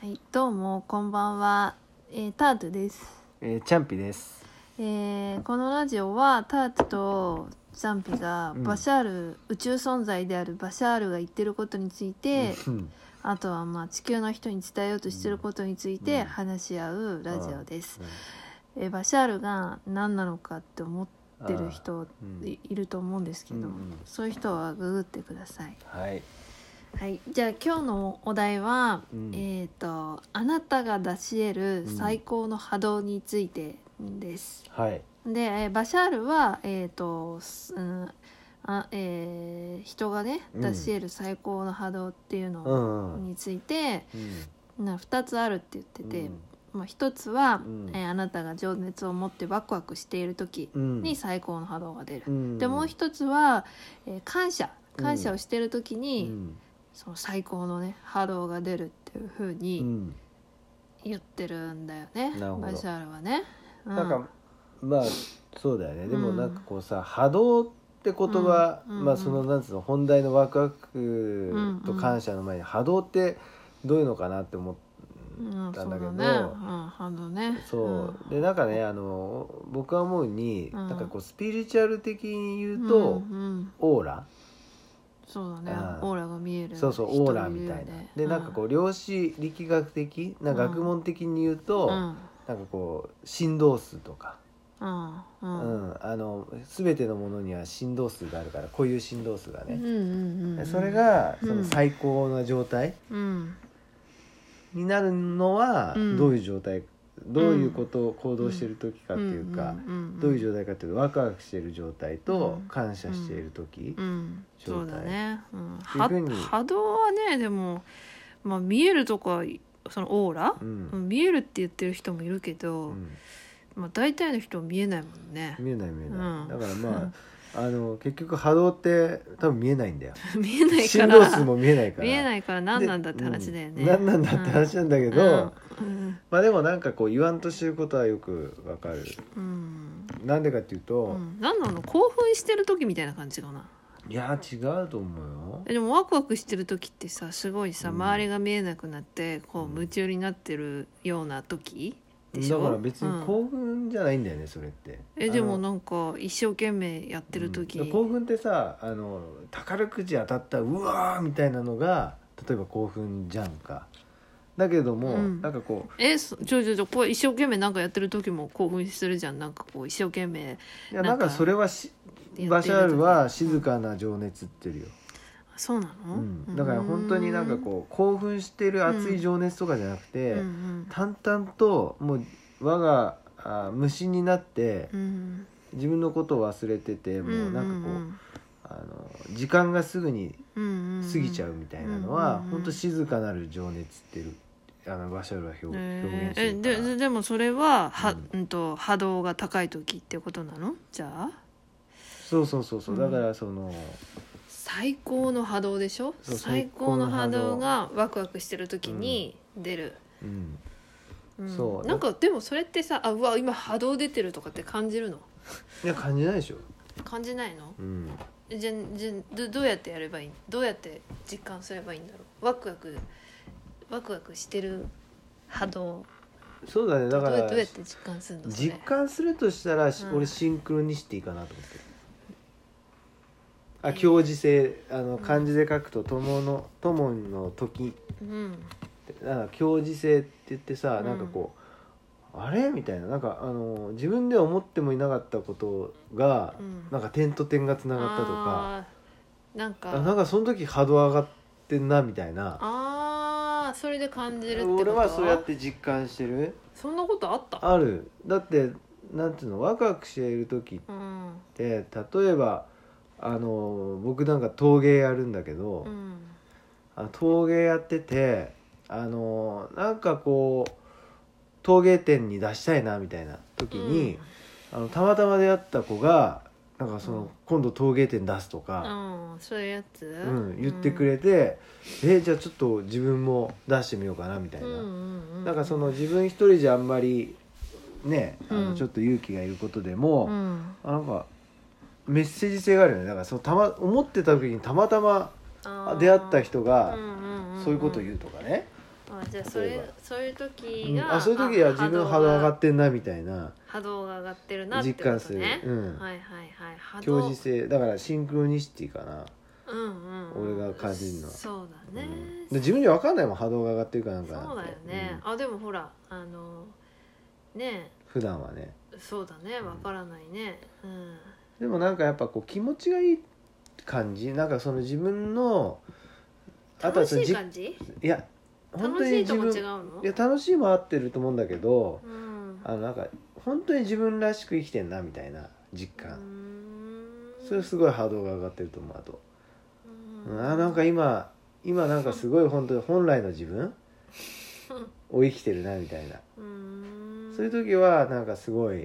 はい、どうもこんばんは、タートです。 チャンピです。 このラジオはタートとチャンピがバシャール、宇宙存在であるバシャールが言ってることについて、あとは地球の人に伝えようとしてることについて話し合うラジオです。バシャールが何なのかって思ってる人いると思うんですけど、そういう人はググってください。はい、じゃあ今日のお題は、あなたが出し得る最高の波動についてです。で、バシャールは、人がね出し得る最高の波動っていうのについて、2つあるって言ってて、1つは、あなたが情熱を持ってワクワクしている時に最高の波動が出る。でもう1つは、感謝をしている時に、その最高のね波動が出るっていう風に言ってるんだよね、バシャールはね。 なんかそうだよね。でもなんかこうさ、波動って言葉、そのなんつうの本題のワクワクと感謝の前に波動ってどういうのかなって思ったんだけど、 波動ね。 そうでなんかね、僕は思うに、なんかこうスピリチュアル的に言うと、オーラ。 そうだね、オーラが見える。 そうオーラみたいな。でなんかこう量子力学的な学問的に言うと、なんかこう振動数とか、全てのものには振動数があるから、こういう振動数がね、それがその最高な状態になるのはどういう状態、どういうことを行動している時かっていうか、どういう状態かっていうと、ワクワクしている状態と感謝している時、 そうだね。波動はね、でも見えるとか、そのオーラ、見えるって言ってる人もいるけど、大体の人は見えないもんね。 見えない、だから結局波動って多分見えないんだよ。 見えないから、 振動数も見えないから何なんだって話だよね。 何なんだって話なんだけど、でもなんかこう言わんとしてることはよくわかる。なんでかっていうと、 何なの、興奮してる時みたいな感じかな。 いや違うと思うよ。 でもワクワクしてる時ってさ、すごいさ、周りが見えなくなってこう夢中になってるような時でしょ。 だから別に興奮じゃないんだよね、それって。 でもなんか一生懸命やってる時、 興奮ってさ、宝くじ当たったうわーみたいなのが例えば興奮じゃんか。だけども、なんかこうこう一生懸命なんかやってる時も興奮するじゃん。なんかこう一生懸命、 いやなんかそれはバシャールは静かな情熱って言ってるよ。 そうなの？ だから本当になんかこう興奮してる熱い情熱とかじゃなくて、淡々ともう我が無心になって、自分のことを忘れてて、もうなんかこう、時間がすぐに過ぎちゃうみたいなのは、本当静かなる情熱っていうバシャールは表現するから。 でもそれは波動が高い時ってことなの？じゃあそうだからその最高の波動でしょ。最高の波動がワクワクしてる時に出る。なんかでもそれってさ、うわ今波動出てるとかって感じるの？ いや感じないでしょ。 感じないの？じゃどうやってやればいい？どうやって実感すればいいんだろう。ワクワクしてる波動。 そうだね。だからどうやって実感するの？ 実感するとしたら、俺シンクロニシティかなと思ってる。共時性、漢字で書くと友の時、共時性って言ってさ、なんかこうあれみたいな、なんか自分では思ってもいなかったことが、なんか点と点がつながったとか、なんかその時波動上がってんなみたいな。 それで感じるってこと？ 俺はそうやって実感してる。 そんなことあった？ ある。だってなんていうの、ワクワクしている時って、例えば僕なんか陶芸やるんだけど、陶芸やっててなんかこう陶芸展に出したいなみたいな時に、たまたま出会った子がなんか今度陶芸展出すとか、 そういうやつ、 言ってくれて、じゃあちょっと自分も出してみようかなみたいな、なんか自分一人じゃあんまりね、ちょっと勇気がいることでも、なんかメッセージ性があるよね。だから思ってた時にたまたま出会った人がそういうことを言うとかね、 じゃあそういう時が、 そういう時は自分波動上がってんなみたいな波動が上がってるなってことね、実感する、はいはいはい、 共時性だからシンクロニシティかな、俺が感じるのはそうだね、 で自分には分かんないもん波動が上がってるかなんかなんて。 そうだよね、でもほらね普段はねそうだね分からないね、 でもなんかやっぱこう気持ちがいい感じ、なんかその自分の楽しい感じ、 いや本当に自分、いや楽しいも合ってると思うんだけど、なんか本当に自分らしく生きてんなみたいな実感、それすごい波動が上がってると思う。あとなんか今なんかすごい本当に本来の自分を生きてるなみたいな、そういう時はなんかすごい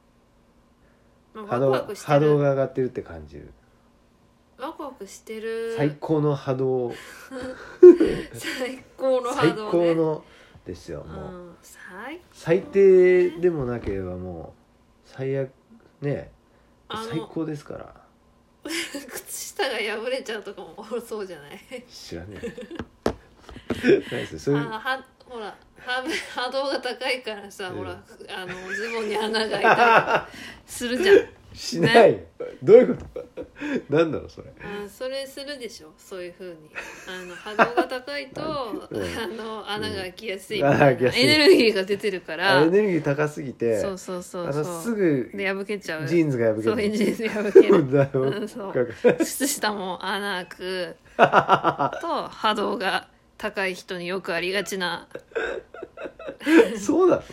波動が上がってるって感じる。 ワクワクしてる、 最高の波動最高の波動、ね、 最高のですよ、もう、 最低でもなければもう最悪ね、最高ですから。 靴下が破れちゃうとかもそうじゃない？ 知らねえ何ですそういうほら波動が高いからさ、ほらズボンに穴が開いたりするじゃん。 しない、ね、どういうことなんだろうそれ。 それするでしょ、そういう風に波動が高いと穴が開きやすいみたいな、エネルギーが出てるからエネルギー高すぎてそうすぐで破けちゃう、 ジーンズが破ける、 そうジーンズ破けるそう靴下も穴開くと波動が高い人によくありがちなそうなの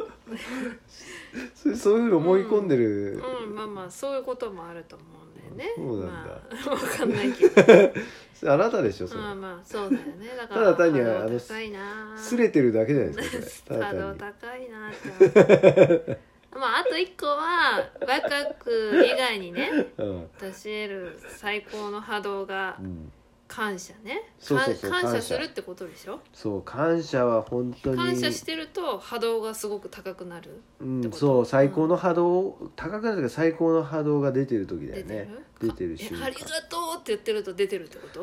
そういうふうに思い込んでる、 まあそういうこともあると思うんだよね。 そうなんだ、 分かんないけどあなたでしょそれ。 まあそうだよね。だからただ単に擦れてるだけじゃないですかそれ。 波動高いなってあと一個は若く以外にね、出し得る最高の波動が、感謝ね。感謝するってことでしょ。 そう、感謝は本当に感謝してると波動がすごく高くなる、 そう、最高の波動、高くなると最高の波動が出てる時だよね。出てる瞬間、 ありがとうって言ってると出てるってこと？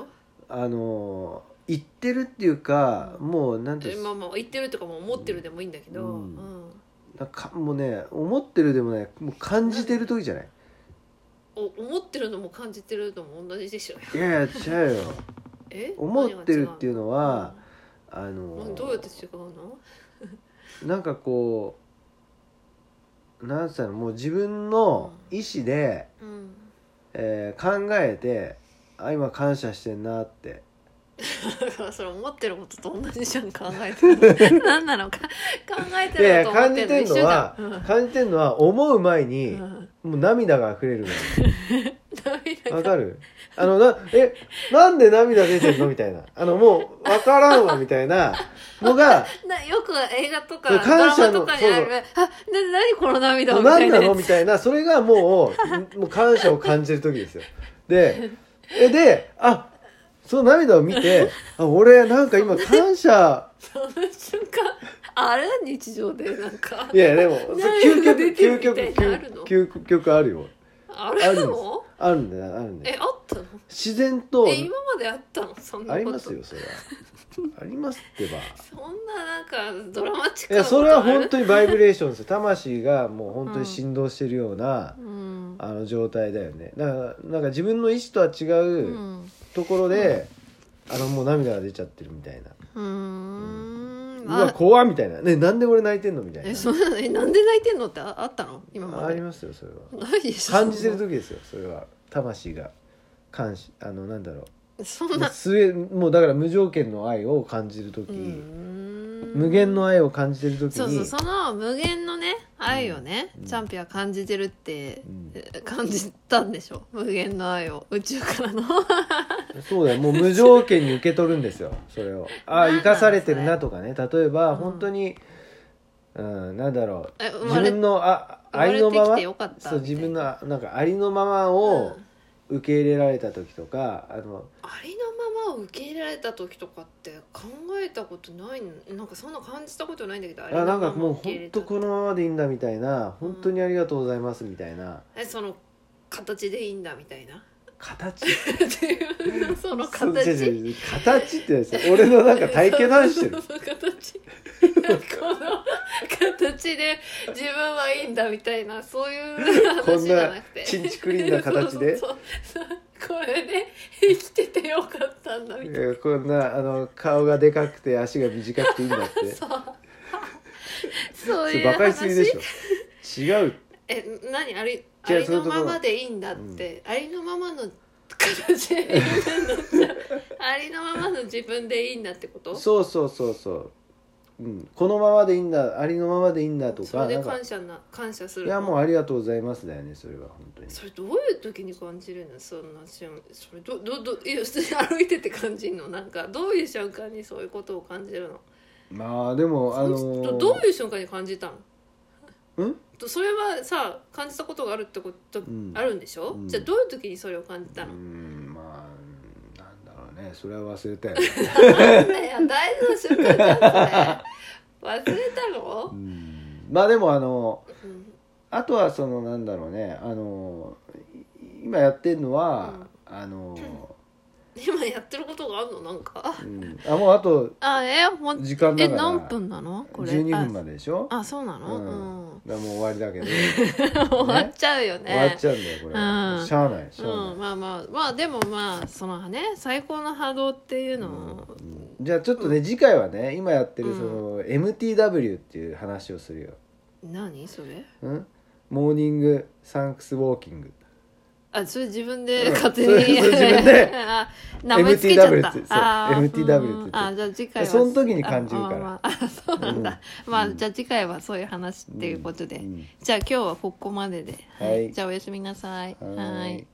言ってるっていうか、もうなんていうまあ言ってるとかも思ってるでもいいんだけど、 なんかもうね、思ってるでもね、もう感じてる時じゃない。 思ってるのも感じてるのも同じでしょ。 いやいや違うよ思ってるっていうのは、 どうやって違うの？ なんかこうなんつったの、もう自分の意思で、考えて今感謝してんなってそれ思ってることと同じじゃん。考えてるの何なのか考えてるのと思ってるの一緒じゃん。 感じてるのは思う前に、もう涙が溢れるのわかる？なんで涙出てんのみたいな、もう分からんわみたいなのがよく映画とかドラマとかにある、何この涙みたいな、 何なのみたいな、それがもう感謝を感じる時ですよ。でその涙を見て俺なんか今感謝その瞬間あれ日常でなんかいやでも究極あるよ。 あるの？ あるんだよ。あったの？ 自然と今まであったの？そんなことありますよそれはありますってば。 そんななんかドラマチックなことある？いやそれは本当にバイブレーションですよ。魂がもう本当に振動してるような、状態だよね。だからなんか自分の意思とは違うところで、もう涙が出ちゃってるみたいな。うわ怖っみたいなね。なんで俺泣いてんのみたいな。 なんで泣いてんのってあったの？今までありますよそれは。 ないでしょ。 感じてる時ですよそれは。魂がなんだろう、 そんなもうだから無条件の愛を感じる時、無限の愛を感じてる時に、 その無限のね愛をね、チャンピは感じてるって、感じたんでしょ、無限の愛を宇宙からのそうだよ、もう無条件に受け取るんですよそれを。生かされてるなとかね、例えば本当に、なんだろう、自分のありのまま、そう自分のなんかありのままを受け入れられた時とか、 ありのままを受け入れられた時とかって考えたことない、なんかそんな感じたことないんだけど、 なんかもう本当このままでいいんだみたいな、本当にありがとうございますみたいな、 その形でいいんだみたいな形自分のそのそう形違う形ってさ俺のなんか体型の話してるそう形この形で自分はいいんだみたいなそういうこん話じゃななくてちんちくりんな形でそうこれで生きててよかったんだみたいなこんな顔がでかくて足が短くていいんだってそういうバカにしすぎでしょ違う何あり違うのままでいいんだって、ありのままの形でいいんだありのままの自分でいいんだってことそうそうそうそう、このままでいいんだありのままでいいんだとかそれでなんか感謝するいやもうありがとうございますだよねそれは本当にそれどういう時に感じるのそんなそれいや普通に歩いてて感じるのなんかどういう瞬間にそういうことを感じるのまあでもどういう瞬間に感じたのうんそれはさ感じたことがあるってこと、あるんでしょ、じゃあどういう時にそれを感じたのまあなんだろうねそれは忘れたよなんだよ大事な瞬間じゃんそれ忘れたのまあでもあとはそのなんだろうね今やってるのは、 今やってることがあるのなんか、 もうあと時間だから何分なのこれ 12分まででしょそうなの、 だからもう終わりだけど終わっちゃうよね終わっちゃうんだよこれ、しゃあないまあでもそのね最高の波動っていうのを、 じゃあちょっとね、次回はね今やってるその、MTW っていう話をするよ。 何それ？ モーニングサンクスウォーキング。 それ自分で勝手に、 自分で名前つけちゃった MTW って言ってじゃあ次回はその時に感じるからそうなんだ、じゃあ次回はそういう話っていうことで、じゃあ今日はここまでで、じゃあおやすみなさい。はい。